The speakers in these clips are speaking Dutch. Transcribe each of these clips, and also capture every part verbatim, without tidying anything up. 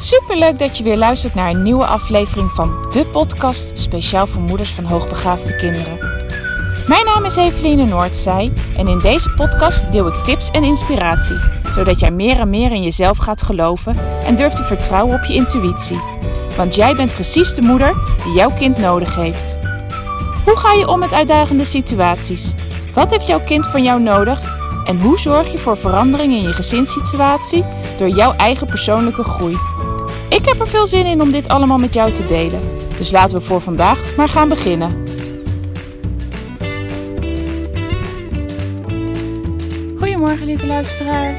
Superleuk dat je weer luistert naar een nieuwe aflevering van de podcast speciaal voor moeders van hoogbegaafde kinderen. Mijn naam is Eveline Noordzij en in deze podcast deel ik tips en inspiratie, zodat jij meer en meer in jezelf gaat geloven en durft te vertrouwen op je intuïtie. Want jij bent precies de moeder die jouw kind nodig heeft. Hoe ga je om met uitdagende situaties? Wat heeft jouw kind van jou nodig? En hoe zorg je voor verandering in je gezinssituatie door jouw eigen persoonlijke groei? Ik heb er veel zin in om dit allemaal met jou te delen. Dus laten we voor vandaag maar gaan beginnen. Goedemorgen lieve luisteraar.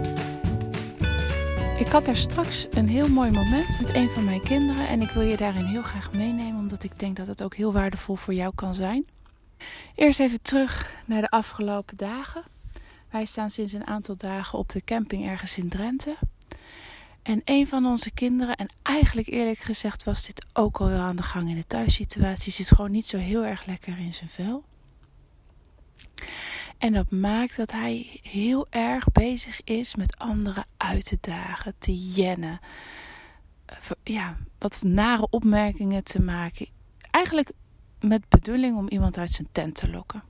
Ik had daar straks een heel mooi moment met een van mijn kinderen. En ik wil je daarin heel graag meenemen, omdat ik denk dat het ook heel waardevol voor jou kan zijn. Eerst even terug naar de afgelopen dagen. Wij staan sinds een aantal dagen op de camping ergens in Drenthe. En een van onze kinderen, en eigenlijk eerlijk gezegd was dit ook al wel aan de gang in de thuissituatie, zit gewoon niet zo heel erg lekker in zijn vel. En dat maakt dat hij heel erg bezig is met anderen uit te dagen, te jennen. Ja, wat nare opmerkingen te maken. Eigenlijk met bedoeling om iemand uit zijn tent te lokken.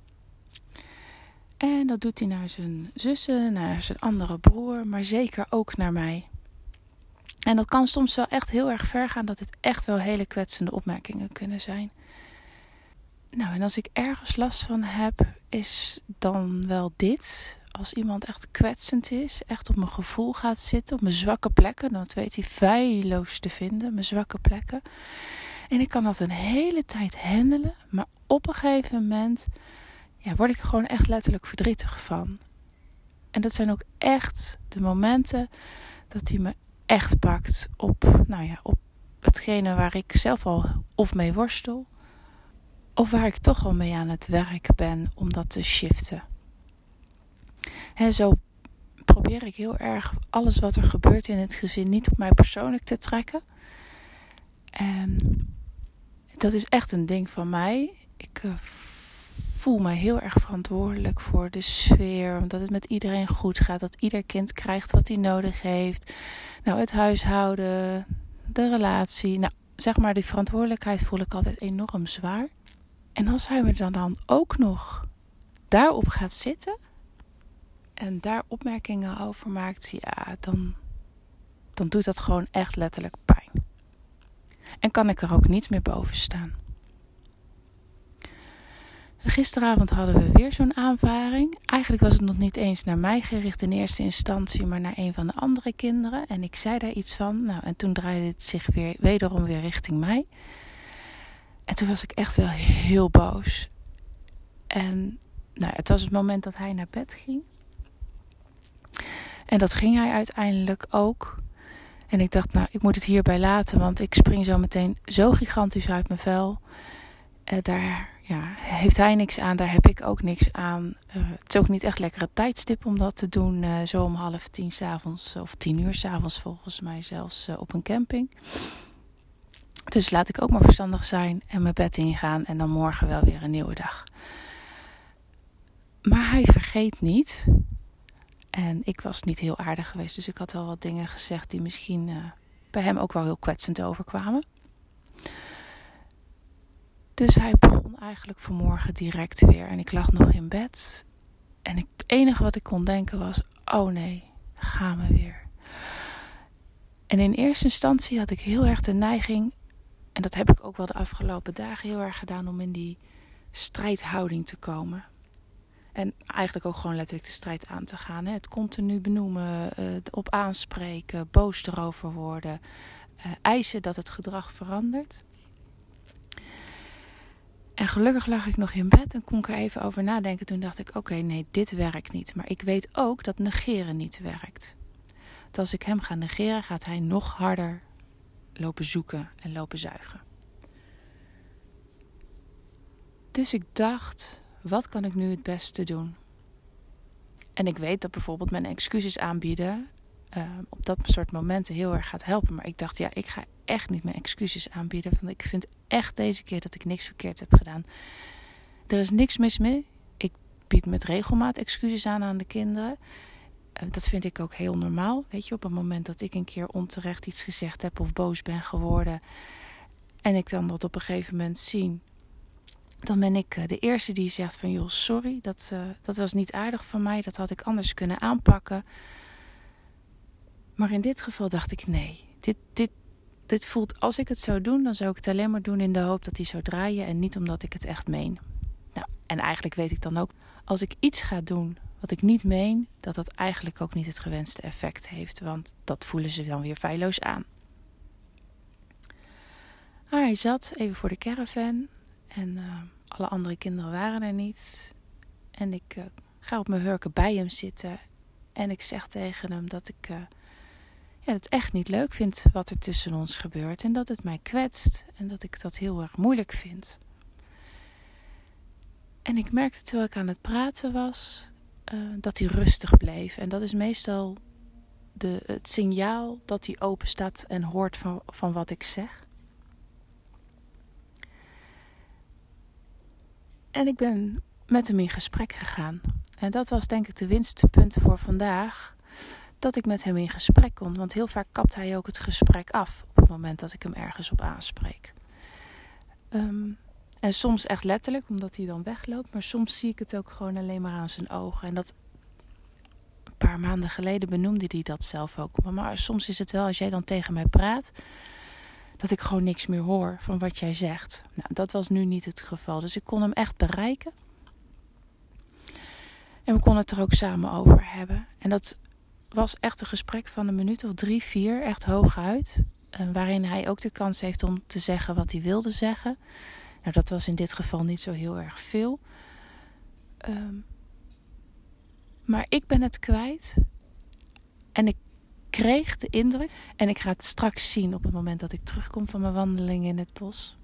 En dat doet hij naar zijn zussen, naar zijn andere broer, maar zeker ook naar mij. En dat kan soms wel echt heel erg ver gaan, dat het echt wel hele kwetsende opmerkingen kunnen zijn. Nou, en als ik ergens last van heb, is dan wel dit. Als iemand echt kwetsend is, echt op mijn gevoel gaat zitten, op mijn zwakke plekken, dan weet hij feilloos te vinden, mijn zwakke plekken. En ik kan dat een hele tijd handelen, maar op een gegeven moment ja, word ik er gewoon echt letterlijk verdrietig van. En dat zijn ook echt de momenten dat hij me echt pakt op, nou ja, op hetgene waar ik zelf al of mee worstel, of waar ik toch al mee aan het werk ben om dat te shiften. En zo probeer ik heel erg alles wat er gebeurt in het gezin niet op mij persoonlijk te trekken. En dat is echt een ding van mij. Ik uh, voel me heel erg verantwoordelijk voor de sfeer, omdat het met iedereen goed gaat, dat ieder kind krijgt wat hij nodig heeft. Nou, het huishouden, de relatie, nou, zeg maar, die verantwoordelijkheid voel ik altijd enorm zwaar. En als hij me dan, dan ook nog daarop gaat zitten en daar opmerkingen over maakt, ja, dan, dan doet dat gewoon echt letterlijk pijn. En kan ik er ook niet meer boven staan. Gisteravond hadden we weer zo'n aanvaring. Eigenlijk was het nog niet eens naar mij gericht in eerste instantie, maar naar een van de andere kinderen. En ik zei daar iets van. Nou, en toen draaide het zich weer wederom weer richting mij. En toen was ik echt wel heel boos. En nou, het was het moment dat hij naar bed ging. En dat ging hij uiteindelijk ook. En ik dacht, nou, ik moet het hierbij laten, want ik spring zo meteen zo gigantisch uit mijn vel. Uh, daar ja, heeft hij niks aan, daar heb ik ook niks aan. Uh, het is ook niet echt lekkere tijdstip om dat te doen. Uh, zo om half tien 's avonds, of tien uur 's avonds volgens mij zelfs uh, op een camping. Dus laat ik ook maar verstandig zijn en mijn bed ingaan en dan morgen wel weer een nieuwe dag. Maar hij vergeet niet. En ik was niet heel aardig geweest, dus ik had wel wat dingen gezegd die misschien uh, bij hem ook wel heel kwetsend overkwamen. Dus hij begon eigenlijk vanmorgen direct weer. En ik lag nog in bed. En ik, het enige wat ik kon denken was, oh nee, gaan we weer. En in eerste instantie had ik heel erg de neiging, en dat heb ik ook wel de afgelopen dagen heel erg gedaan, om in die strijdhouding te komen. En eigenlijk ook gewoon letterlijk de strijd aan te gaan. Hè? Het continu benoemen, uh, op aanspreken, boos erover worden. Uh, eisen dat het gedrag verandert. En gelukkig lag ik nog in bed en kon ik er even over nadenken. Toen dacht ik, oké, okay, nee, dit werkt niet. Maar ik weet ook dat negeren niet werkt. Dat als ik hem ga negeren, gaat hij nog harder lopen zoeken en lopen zuigen. Dus ik dacht, wat kan ik nu het beste doen? En ik weet dat bijvoorbeeld mijn excuses aanbieden uh, op dat soort momenten heel erg gaat helpen. Maar ik dacht, ja, ik ga echt niet mijn excuses aanbieden. Want ik vind echt deze keer dat ik niks verkeerd heb gedaan. Er is niks mis mee. Ik bied met regelmaat excuses aan aan de kinderen. Uh, dat vind ik ook heel normaal. Weet je, op het moment dat ik een keer onterecht iets gezegd heb of boos ben geworden en ik dan dat op een gegeven moment zie, dan ben ik uh, de eerste die zegt van joh, sorry, dat, uh, dat was niet aardig van mij, dat had ik anders kunnen aanpakken. Maar in dit geval dacht ik nee, dit, dit, dit voelt, als ik het zou doen, dan zou ik het alleen maar doen in de hoop dat hij zou draaien en niet omdat ik het echt meen. Nou, en eigenlijk weet ik dan ook, als ik iets ga doen wat ik niet meen, dat dat eigenlijk ook niet het gewenste effect heeft, want dat voelen ze dan weer feilloos aan. Maar hij zat even voor de caravan en uh, alle andere kinderen waren er niet. En ik uh, ga op mijn hurken bij hem zitten en ik zeg tegen hem dat ik uh, ja, het echt niet leuk vind wat er tussen ons gebeurt en dat het mij kwetst en dat ik dat heel erg moeilijk vind. En ik merkte terwijl ik aan het praten was, uh, dat hij rustig bleef. En dat is meestal de, het signaal dat hij open staat en hoort van, van wat ik zeg. En ik ben met hem in gesprek gegaan. En dat was denk ik de winstpunt voor vandaag. Dat ik met hem in gesprek kon. Want heel vaak kapt hij ook het gesprek af op het moment dat ik hem ergens op aanspreek. Um, en soms echt letterlijk, omdat hij dan wegloopt. Maar soms zie ik het ook gewoon alleen maar aan zijn ogen. En dat een paar maanden geleden benoemde hij dat zelf ook. Maar, maar soms is het wel, als jij dan tegen mij praat, dat ik gewoon niks meer hoor van wat jij zegt. Nou, dat was nu niet het geval. Dus ik kon hem echt bereiken. En we konden het er ook samen over hebben. En dat was echt een gesprek van een minuut of drie, vier, echt hooguit. Uh, waarin hij ook de kans heeft om te zeggen wat hij wilde zeggen. Nou, dat was in dit geval niet zo heel erg veel. Um, maar ik ben het kwijt. En ik kreeg de indruk, en ik ga het straks zien op het moment dat ik terugkom van mijn wandeling in het bos,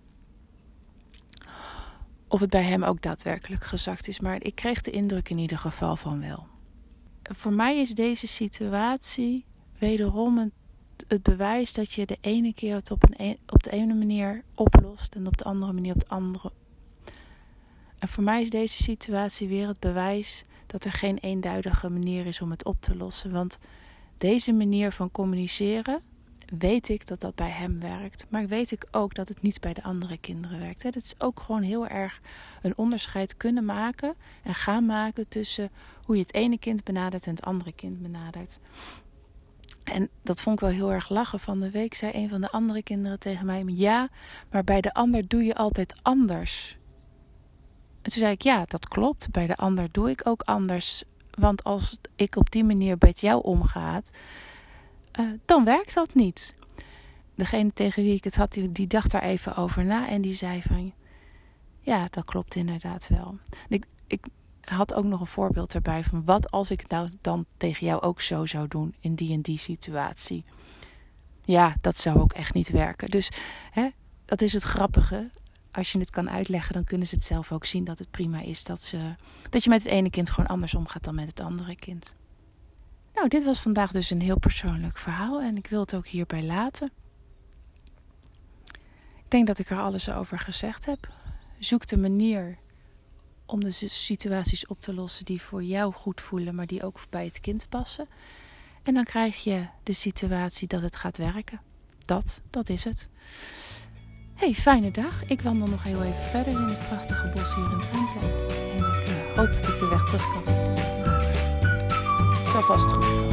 of het bij hem ook daadwerkelijk gezakt is. Maar ik kreeg de indruk in ieder geval van wel. Voor mij is deze situatie wederom een, het bewijs dat je de ene keer het op, een, op de ene manier oplost en op de andere manier op de andere. En voor mij is deze situatie weer het bewijs dat er geen eenduidige manier is om het op te lossen. Want deze manier van communiceren, weet ik dat dat bij hem werkt. Maar weet ik ook dat het niet bij de andere kinderen werkt. Het is ook gewoon heel erg een onderscheid kunnen maken en gaan maken tussen hoe je het ene kind benadert en het andere kind benadert. En dat vond ik wel heel erg lachen. Van de week zei een van de andere kinderen tegen mij, ja, maar bij de ander doe je altijd anders. En toen zei ik, ja, dat klopt. Bij de ander doe ik ook anders. Want als ik op die manier met jou omgaat, uh, dan werkt dat niet. Degene tegen wie ik het had, die, die dacht daar even over na. En die zei van, ja, dat klopt inderdaad wel. Ik, ik had ook nog een voorbeeld erbij van, wat als ik nou dan tegen jou ook zo zou doen in die en die situatie. Ja, dat zou ook echt niet werken. Dus hè, dat is het grappige. Als je het kan uitleggen, dan kunnen ze het zelf ook zien dat het prima is dat, ze, dat je met het ene kind gewoon anders omgaat dan met het andere kind. Nou, dit was vandaag dus een heel persoonlijk verhaal en ik wil het ook hierbij laten. Ik denk dat ik er alles over gezegd heb. Zoek de manier om de situaties op te lossen die voor jou goed voelen, maar die ook bij het kind passen. En dan krijg je de situatie dat het gaat werken. Dat, dat is het. Hey, fijne dag. Ik wandel nog heel even verder in het prachtige bos hier in Drenthe. En ik uh, hoop dat ik de weg terug kan. Maar het zal vast goed komen.